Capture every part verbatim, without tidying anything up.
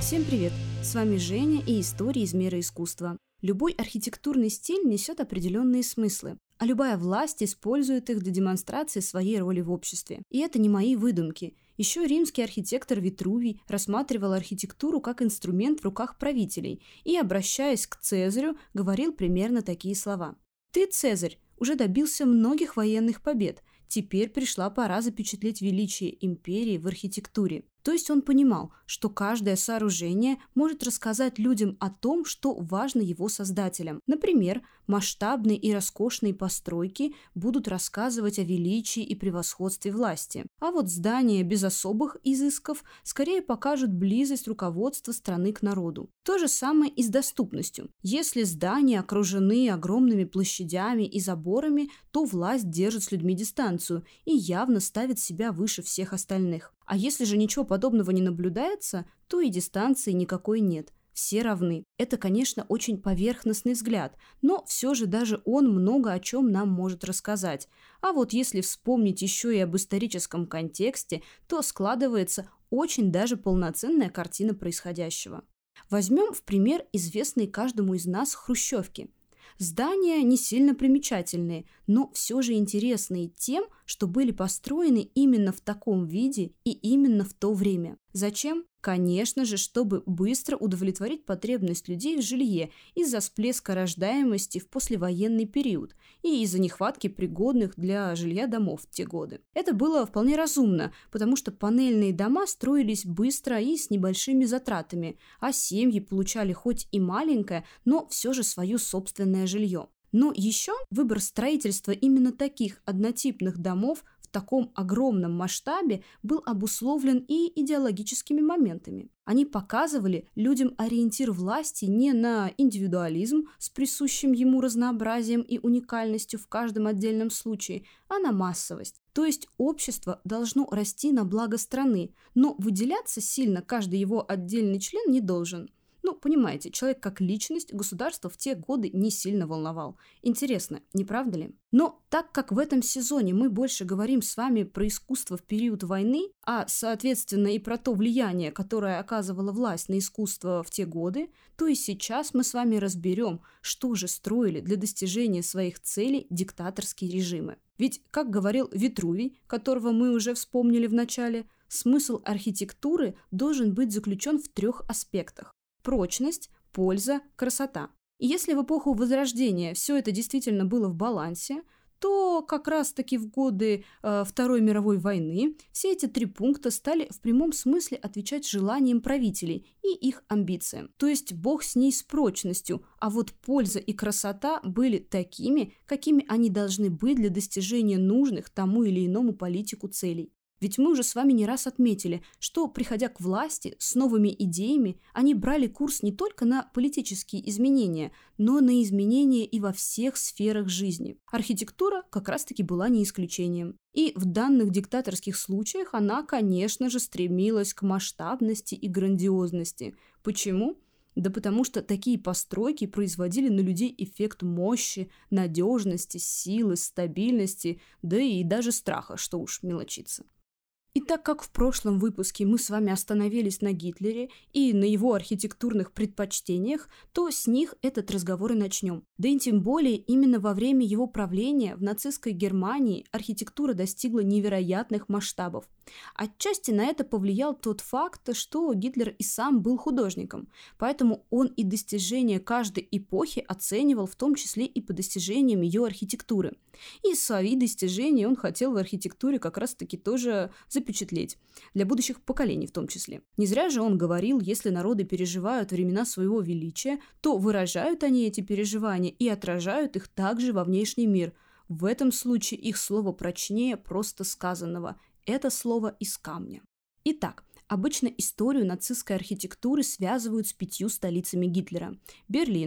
Всем привет! С вами Женя и истории из мира искусства. Любой архитектурный стиль несет определенные смыслы, а любая власть использует их для демонстрации своей роли в обществе. И это не мои выдумки. Еще римский архитектор Витрувий рассматривал архитектуру как инструмент в руках правителей и, обращаясь к Цезарю, говорил примерно такие слова. «Ты, Цезарь, уже добился многих военных побед. Теперь пришла пора запечатлеть величие империи в архитектуре». То есть он понимал, что каждое сооружение может рассказать людям о том, что важно его создателям. Например, масштабные и роскошные постройки будут рассказывать о величии и превосходстве власти. А вот здания без особых изысков скорее покажут близость руководства страны к народу. То же самое и с доступностью. Если здания окружены огромными площадями и заборами, то власть держит с людьми дистанцию и явно ставит себя выше всех остальных. А если же ничего подобного не наблюдается, то и дистанции никакой нет. Все равны. Это, конечно, очень поверхностный взгляд, но все же даже он много о чем нам может рассказать. А вот если вспомнить еще и об историческом контексте, то складывается очень даже полноценная картина происходящего. Возьмем в пример известные каждому из нас хрущевки. Здания не сильно примечательные, но все же интересные тем, что были построены именно в таком виде и именно в то время. Зачем? Конечно же, чтобы быстро удовлетворить потребность людей в жилье из-за всплеска рождаемости в послевоенный период и из-за нехватки пригодных для жилья домов в те годы. Это было вполне разумно, потому что панельные дома строились быстро и с небольшими затратами, а семьи получали хоть и маленькое, но все же свое собственное жилье. Но еще выбор строительства именно таких однотипных домов в таком огромном масштабе был обусловлен и идеологическими моментами. Они показывали людям ориентир власти не на индивидуализм с присущим ему разнообразием и уникальностью в каждом отдельном случае, а на массовость. То есть общество должно расти на благо страны, но выделяться сильно каждый его отдельный член не должен. Ну, понимаете, человек как личность государство в те годы не сильно волновал. Интересно, не правда ли? Но так как в этом сезоне мы больше говорим с вами про искусство в период войны, а, соответственно, и про то влияние, которое оказывала власть на искусство в те годы, то и сейчас мы с вами разберем, что же строили для достижения своих целей диктаторские режимы. Ведь, как говорил Витрувий, которого мы уже вспомнили в начале, смысл архитектуры должен быть заключен в трех аспектах. Прочность, польза, красота. И если в эпоху Возрождения все это действительно было в балансе, то как раз-таки в годы э, Второй мировой войны все эти три пункта стали в прямом смысле отвечать желаниям правителей и их амбициям. То есть бог с ней с прочностью, а вот польза и красота были такими, какими они должны быть для достижения нужных тому или иному политику целей. Ведь мы уже с вами не раз отметили, что, приходя к власти с новыми идеями, они брали курс не только на политические изменения, но на изменения и во всех сферах жизни. Архитектура как раз-таки была не исключением. И в данных диктаторских случаях она, конечно же, стремилась к масштабности и грандиозности. Почему? Да потому что такие постройки производили на людей эффект мощи, надежности, силы, стабильности, да и даже страха, что уж мелочиться. И так как в прошлом выпуске мы с вами остановились на Гитлере и на его архитектурных предпочтениях, то с них этот разговор и начнем. Да и тем более именно во время его правления в нацистской Германии архитектура достигла невероятных масштабов. Отчасти на это повлиял тот факт, что Гитлер и сам был художником, поэтому он и достижения каждой эпохи оценивал в том числе и по достижениям ее архитектуры. И свои достижения он хотел в архитектуре как раз-таки тоже запечатлеть, для будущих поколений в том числе. Не зря же он говорил, если народы переживают времена своего величия, то выражают они эти переживания и отражают их также во внешний мир. В этом случае их слово прочнее просто сказанного. Это слово из камня. Итак, обычно историю нацистской архитектуры связывают с пятью столицами Гитлера – Берлином,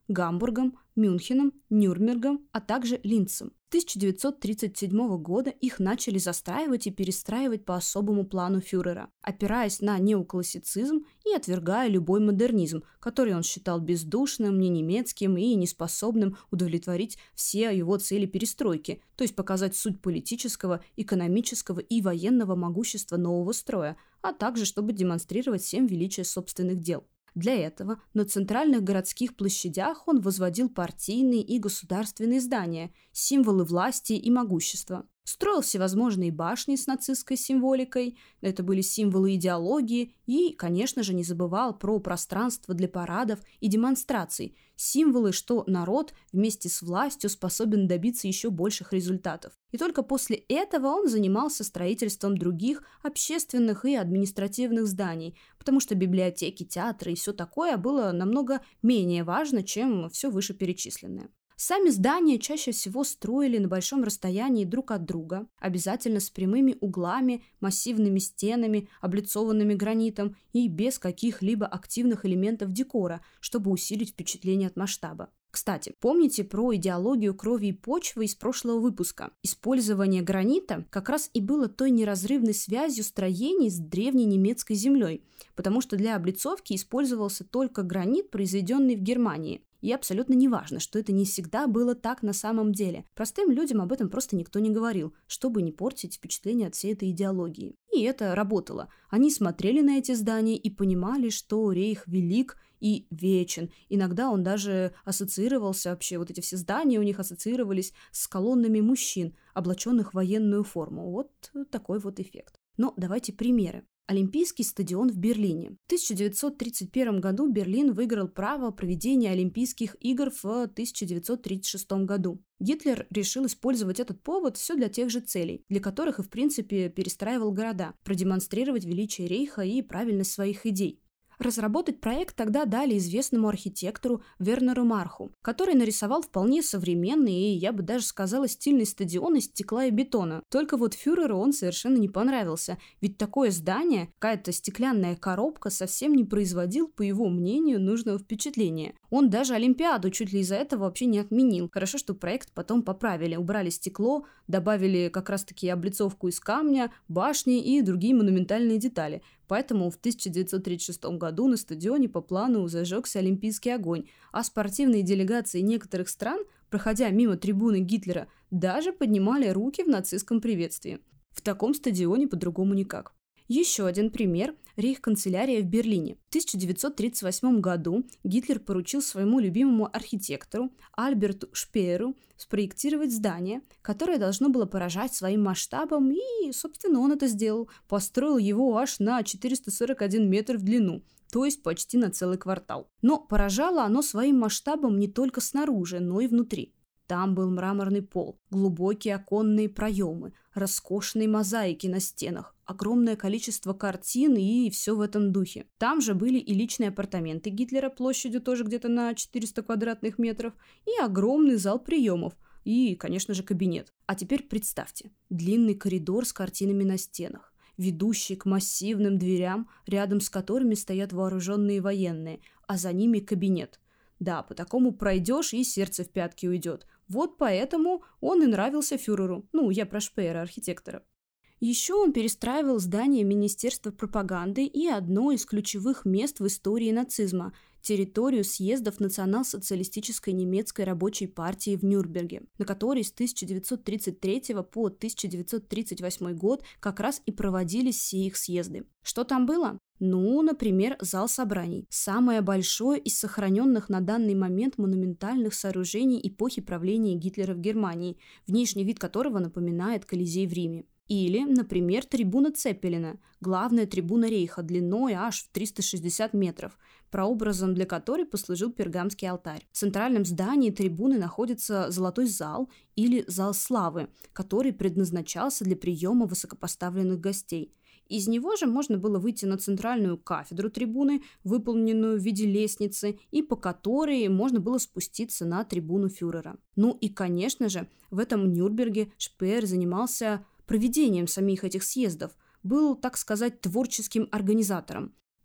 Гамбургом, Мюнхеном, Нюрнбергом, а также Линцем. С тысяча девятьсот тридцать седьмого года их начали застраивать и перестраивать по особому плану фюрера, опираясь на неоклассицизм и отвергая любой модернизм, который он считал бездушным, не немецким и неспособным удовлетворить все его цели перестройки, то есть показать суть политического, экономического и военного могущества нового строя, а также чтобы демонстрировать всем величие собственных дел. Для этого на центральных городских площадях он возводил партийные и государственные здания, символы власти и могущества. Строил всевозможные башни с нацистской символикой, это были символы идеологии, и, конечно же, не забывал про пространство для парадов и демонстраций, символы, что народ вместе с властью способен добиться еще больших результатов. И только после этого он занимался строительством других общественных и административных зданий, потому что библиотеки, театры и все такое было намного менее важно, чем все вышеперечисленное. Сами здания чаще всего строили на большом расстоянии друг от друга, обязательно с прямыми углами, массивными стенами, облицованными гранитом и без каких-либо активных элементов декора, чтобы усилить впечатление от масштаба. Кстати, помните про идеологию крови и почвы из прошлого выпуска? Использование гранита как раз и было той неразрывной связью строений с древней немецкой землей, потому что для облицовки использовался только гранит, произведенный в Германии. И абсолютно не важно, что это не всегда было так на самом деле. Простым людям об этом просто никто не говорил, чтобы не портить впечатление от всей этой идеологии. И это работало. Они смотрели на эти здания и понимали, что рейх велик и вечен. Иногда он даже ассоциировался, вообще вот эти все здания у них ассоциировались с колоннами мужчин, облаченных в военную форму. Вот такой вот эффект. Но давайте примеры. Олимпийский стадион в Берлине. В тысяча девятьсот тридцать первом году Берлин выиграл право проведения Олимпийских игр в тысяча девятьсот тридцать шестом году. Гитлер решил использовать этот повод все для тех же целей, для которых и в принципе перестраивал города, продемонстрировать величие рейха и правильность своих идей. Разработать проект тогда дали известному архитектору Вернеру Марху, который нарисовал вполне современный и, я бы даже сказала, стильный стадион из стекла и бетона. Только вот фюреру он совершенно не понравился, ведь такое здание, какая-то стеклянная коробка, совсем не производил, по его мнению, нужного впечатления. Он даже Олимпиаду чуть ли из-за этого вообще не отменил. Хорошо, что проект потом поправили, убрали стекло, добавили как раз-таки облицовку из камня, башни и другие монументальные детали. Поэтому в тысяча девятьсот тридцать шестом году на стадионе по плану зажегся олимпийский огонь, а спортивные делегации некоторых стран, проходя мимо трибуны Гитлера, даже поднимали руки в нацистском приветствии. В таком стадионе по-другому никак. Еще один пример – рейхканцелярия в Берлине. В тысяча девятьсот тридцать восьмом году Гитлер поручил своему любимому архитектору Альберту Шпееру спроектировать здание, которое должно было поражать своим масштабом, и, собственно, он это сделал. Построил его аж на четыреста сорок один метр в длину, то есть почти на целый квартал. Но поражало оно своим масштабом не только снаружи, но и внутри. Там был мраморный пол, глубокие оконные проемы, роскошные мозаики на стенах, огромное количество картин и все в этом духе. Там же были и личные апартаменты Гитлера площадью тоже где-то на четыреста квадратных метров, и огромный зал приемов, и, конечно же, кабинет. А теперь представьте, длинный коридор с картинами на стенах, ведущий к массивным дверям, рядом с которыми стоят вооруженные военные, а за ними кабинет. Да, по такому пройдешь, и сердце в пятки уйдет. Вот поэтому он и нравился фюреру. Ну, я про Шпеера, архитектора. Еще он перестраивал здание Министерства пропаганды и одно из ключевых мест в истории нацизма – территорию съездов Национал-социалистической немецкой рабочей партии в Нюрнберге, на которой с тысяча девятьсот тридцать третьего по тысяча девятьсот тридцать восьмой год как раз и проводились все их съезды. Что там было? Ну, например, зал собраний. Самое большое из сохраненных на данный момент монументальных сооружений эпохи правления Гитлера в Германии, внешний вид которого напоминает Колизей в Риме. Или, например, трибуна Цеппелина, главная трибуна рейха, длиной аж в триста шестьдесят метров, прообразом для которой послужил Пергамский алтарь. В центральном здании трибуны находится золотой зал или зал славы, который предназначался для приема высокопоставленных гостей. Из него же можно было выйти на центральную кафедру трибуны, выполненную в виде лестницы, и по которой можно было спуститься на трибуну фюрера. Ну и, конечно же, в этом Нюрнберге Шпеер занимался проведением самих этих съездов, был, так сказать, творческим организатором.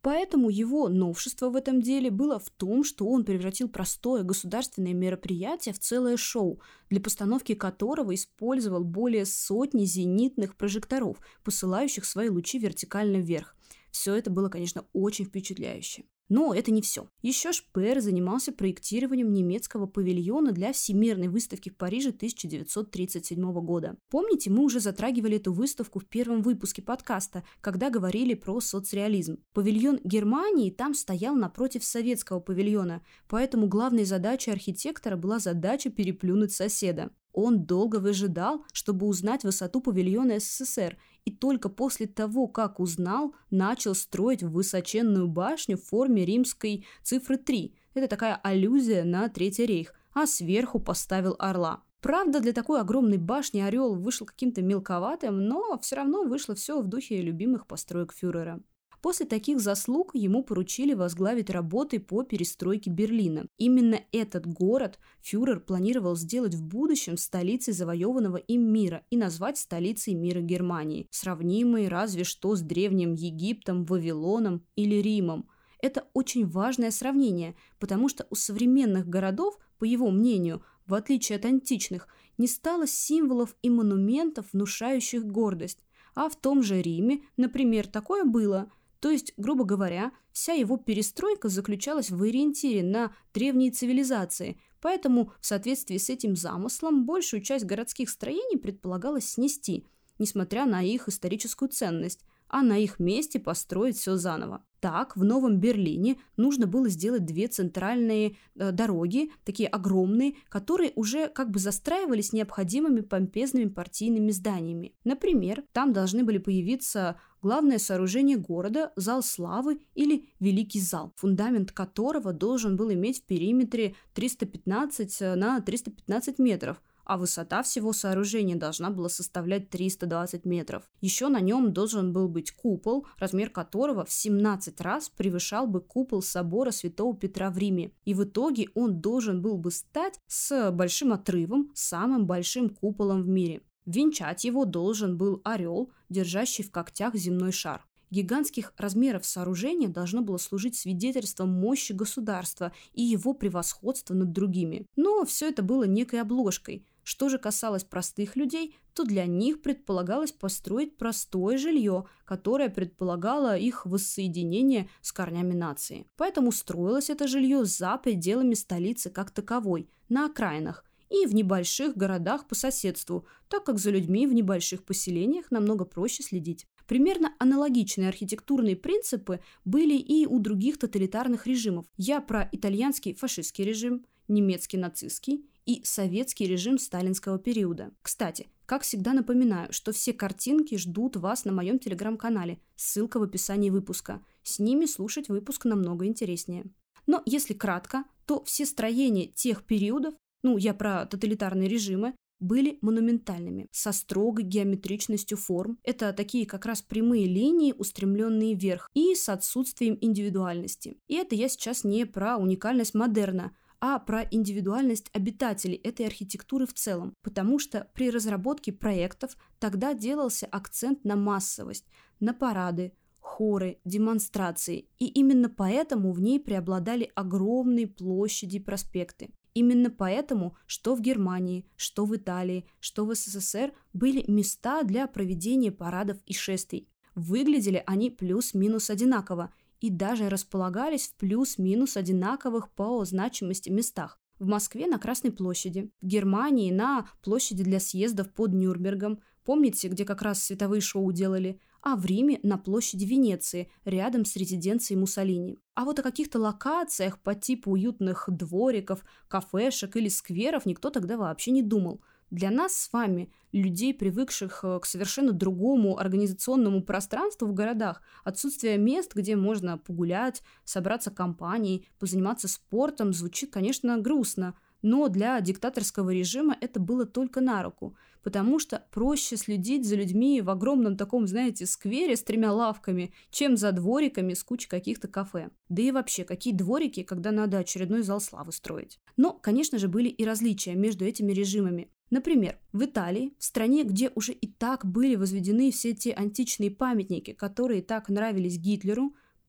Поэтому его новшество в этом деле было в том, что он превратил простое государственное мероприятие в целое шоу, для постановки которого использовал более сотни зенитных прожекторов, посылающих свои лучи вертикально вверх. Все это было, конечно, очень впечатляюще. Но это не все. Еще Шпеер занимался проектированием немецкого павильона для Всемирной выставки в Париже тысяча девятьсот тридцать седьмого года. Помните, мы уже затрагивали эту выставку в первом выпуске подкаста, когда говорили про соцреализм. Павильон Германии там стоял напротив советского павильона, поэтому главной задачей архитектора была задача переплюнуть соседа. Он долго выжидал, чтобы узнать высоту павильона СССР, и только после того, как узнал, начал строить высоченную башню в форме римской цифры три. Это такая аллюзия на Третий рейх, а сверху поставил орла. Правда, для такой огромной башни орел вышел каким-то мелковатым, но все равно вышло все в духе любимых построек фюрера. После таких заслуг ему поручили возглавить работы по перестройке Берлина. Именно этот город фюрер планировал сделать в будущем столицей завоеванного им мира и назвать столицей мира Германии, сравнимой разве что с Древним Египтом, Вавилоном или Римом. Это очень важное сравнение, потому что у современных городов, по его мнению, в отличие от античных, не стало символов и монументов, внушающих гордость. А в том же Риме, например, такое было. То есть, грубо говоря, вся его перестройка заключалась в ориентире на древние цивилизации, поэтому в соответствии с этим замыслом большую часть городских строений предполагалось снести, несмотря на их историческую ценность, а на их месте построить все заново. Так, в Новом Берлине нужно было сделать две центральные э, дороги, такие огромные, которые уже как бы застраивались необходимыми помпезными партийными зданиями. Например, там должны были появиться главное сооружение города, зал славы или Великий зал, фундамент которого должен был иметь в периметре триста пятнадцать на триста пятнадцать метров, а высота всего сооружения должна была составлять триста двадцать метров. Еще на нем должен был быть купол, размер которого в семнадцать раз превышал бы купол собора Святого Петра в Риме. И в итоге он должен был бы стать с большим отрывом самым большим куполом в мире. Венчать его должен был орел, держащий в когтях земной шар. Гигантских размеров сооружение должно было служить свидетельством мощи государства и его превосходства над другими. Но все это было некой обложкой. Что же касалось простых людей, то для них предполагалось построить простое жилье, которое предполагало их воссоединение с корнями нации. Поэтому строилось это жилье за пределами столицы как таковой, на окраинах, и в небольших городах по соседству, так как за людьми в небольших поселениях намного проще следить. Примерно аналогичные архитектурные принципы были и у других тоталитарных режимов. Я про итальянский фашистский режим, немецкий нацистский и советский режим сталинского периода. Кстати, как всегда напоминаю, что все картинки ждут вас на моем телеграм-канале, ссылка в описании выпуска. С ними слушать выпуск намного интереснее. Но если кратко, то все строения тех периодов, ну, я про тоталитарные режимы, были монументальными, со строгой геометричностью форм. Это такие как раз прямые линии, устремленные вверх, и с отсутствием индивидуальности. И это я сейчас не про уникальность модерна, а про индивидуальность обитателей этой архитектуры в целом. Потому что при разработке проектов тогда делался акцент на массовость, на парады, хоры, демонстрации. И именно поэтому в ней преобладали огромные площади и проспекты. Именно поэтому, что в Германии, что в Италии, что в СССР были места для проведения парадов и шествий. Выглядели они плюс-минус одинаково и даже располагались в плюс-минус одинаковых по значимости местах. В Москве на Красной площади, в Германии на площади для съездов под Нюрнбергом, помните, где как раз световые шоу делали, а в Риме на площади Венеции, рядом с резиденцией Муссолини. А вот о каких-то локациях по типу уютных двориков, кафешек или скверов никто тогда вообще не думал. Для нас с вами, людей, привыкших к совершенно другому организационному пространству в городах, отсутствие мест, где можно погулять, собраться компанией, позаниматься спортом, звучит, конечно, грустно. Но для диктаторского режима это было только на руку, потому что проще следить за людьми в огромном таком, знаете, сквере с тремя лавками, чем за двориками с кучей каких-то кафе. Да и вообще, какие дворики, когда надо очередной зал славы строить? Но, конечно же, были и различия между этими режимами. Например, в Италии, в стране, где уже и так были возведены все те античные памятники, которые так нравились Гитлеру,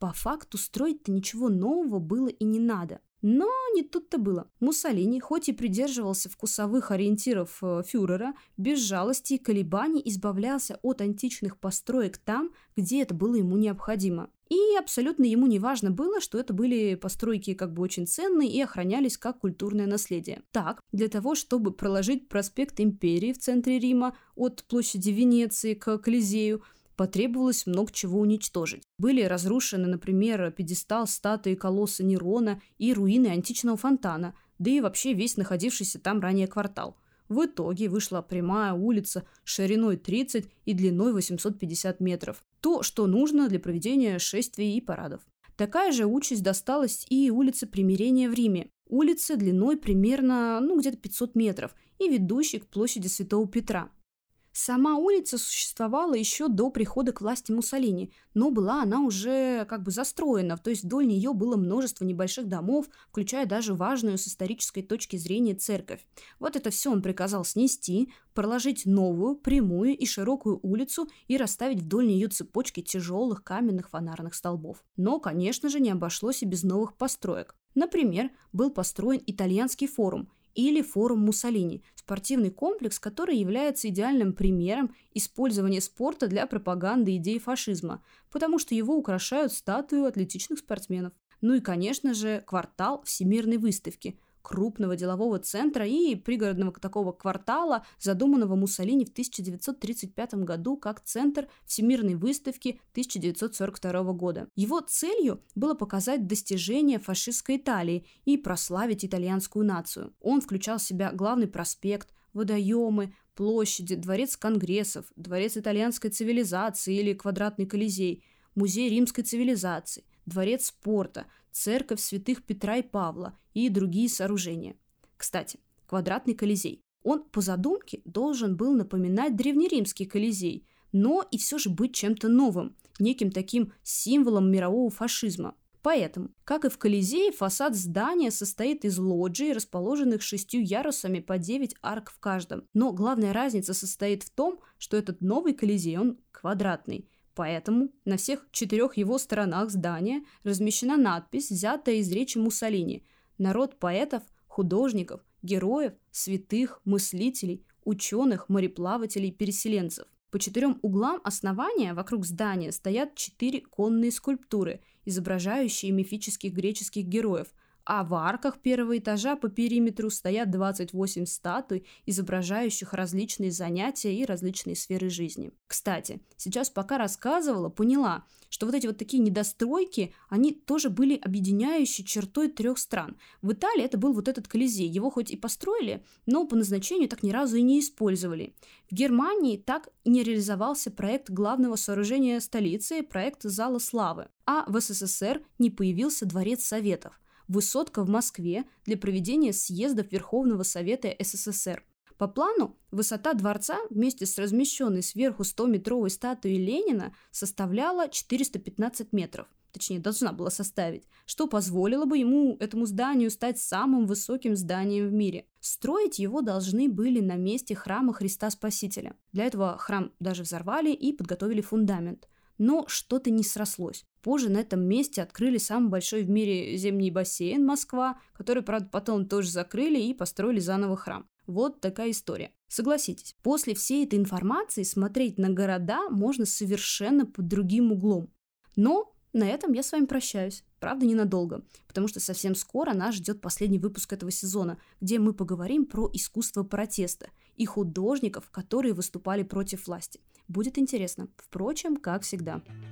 По факту строить-то ничего нового было и не надо. Но не тут-то было. Муссолини, хоть и придерживался вкусовых ориентиров э, фюрера, без жалости и колебаний избавлялся от античных построек там, где это было ему необходимо. И абсолютно ему не важно было, что это были постройки как бы очень ценные и охранялись как культурное наследие. Так, для того, чтобы проложить проспект Империи в центре Рима от площади Венеции к Колизею, потребовалось много чего уничтожить. Были разрушены, например, пьедестал статуи колосса Нерона и руины античного фонтана, да и вообще весь находившийся там ранее квартал. В итоге вышла прямая улица шириной тридцать и длиной восемьсот пятьдесят метров. То, что нужно для проведения шествий и парадов. Такая же участь досталась и улице Примирения в Риме. Улица длиной примерно, ну, где-то пятьсот метров и ведущей к площади Святого Петра. Сама улица существовала еще до прихода к власти Муссолини, но была она уже как бы застроена, то есть вдоль нее было множество небольших домов, включая даже важную с исторической точки зрения церковь. Вот это все он приказал снести, проложить новую, прямую и широкую улицу и расставить вдоль нее цепочки тяжелых каменных фонарных столбов. Но, конечно же, не обошлось и без новых построек. Например, был построен итальянский форум, или форум Муссолини, спортивный комплекс, который является идеальным примером использования спорта для пропаганды идей фашизма, потому что его украшают статуи атлетичных спортсменов. Ну и, конечно же, квартал Всемирной выставки, крупного делового центра и пригородного такого квартала, задуманного Муссолини в тысяча девятьсот тридцать пятом году как центр Всемирной выставки тысяча девятьсот сорок второго года. Его целью было показать достижения фашистской Италии и прославить итальянскую нацию. Он включал в себя главный проспект, водоемы, площади, дворец конгрессов, дворец итальянской цивилизации или квадратный Колизей, музей римской цивилизации, дворец спорта, церковь святых Петра и Павла и другие сооружения. Кстати, квадратный Колизей. Он по задумке должен был напоминать древнеримский Колизей, но и все же быть чем-то новым, неким таким символом мирового фашизма. Поэтому, как и в Колизее, фасад здания состоит из лоджий, расположенных шестью ярусами по девять арок в каждом. Но главная разница состоит в том, что этот новый Колизей, он квадратный. Поэтому на всех четырех его сторонах здания размещена надпись, взятая из речи Муссолини: «Народ поэтов, художников, героев, святых, мыслителей, ученых, мореплавателей, переселенцев». По четырем углам основания вокруг здания стоят четыре конные скульптуры, изображающие мифических греческих героев, а в арках первого этажа по периметру стоят двадцать восемь статуй, изображающих различные занятия и различные сферы жизни. Кстати, сейчас пока рассказывала, поняла, что вот эти вот такие недостройки, они тоже были объединяющей чертой трех стран. В Италии это был вот этот Колизей, его хоть и построили, но по назначению так ни разу и не использовали. В Германии так и не реализовался проект главного сооружения столицы, проект Зала Славы, а в СССР не появился Дворец Советов. Высотка в Москве для проведения съездов Верховного Совета СССР. По плану, высота дворца вместе с размещенной сверху стометровой статуей Ленина составляла четыреста пятнадцать метров. Точнее, должна была составить, что позволило бы ему, этому зданию, стать самым высоким зданием в мире. Строить его должны были на месте храма Христа Спасителя. Для этого храм даже взорвали и подготовили фундамент. Но что-то не срослось. Позже на этом месте открыли самый большой в мире зимний бассейн Москва, который, правда, потом тоже закрыли и построили заново храм. Вот такая история. Согласитесь, после всей этой информации смотреть на города можно совершенно под другим углом. Но на этом я с вами прощаюсь. Правда, ненадолго, потому что совсем скоро нас ждет последний выпуск этого сезона, где мы поговорим про искусство протеста и художников, которые выступали против власти. Будет интересно. Впрочем, как всегда.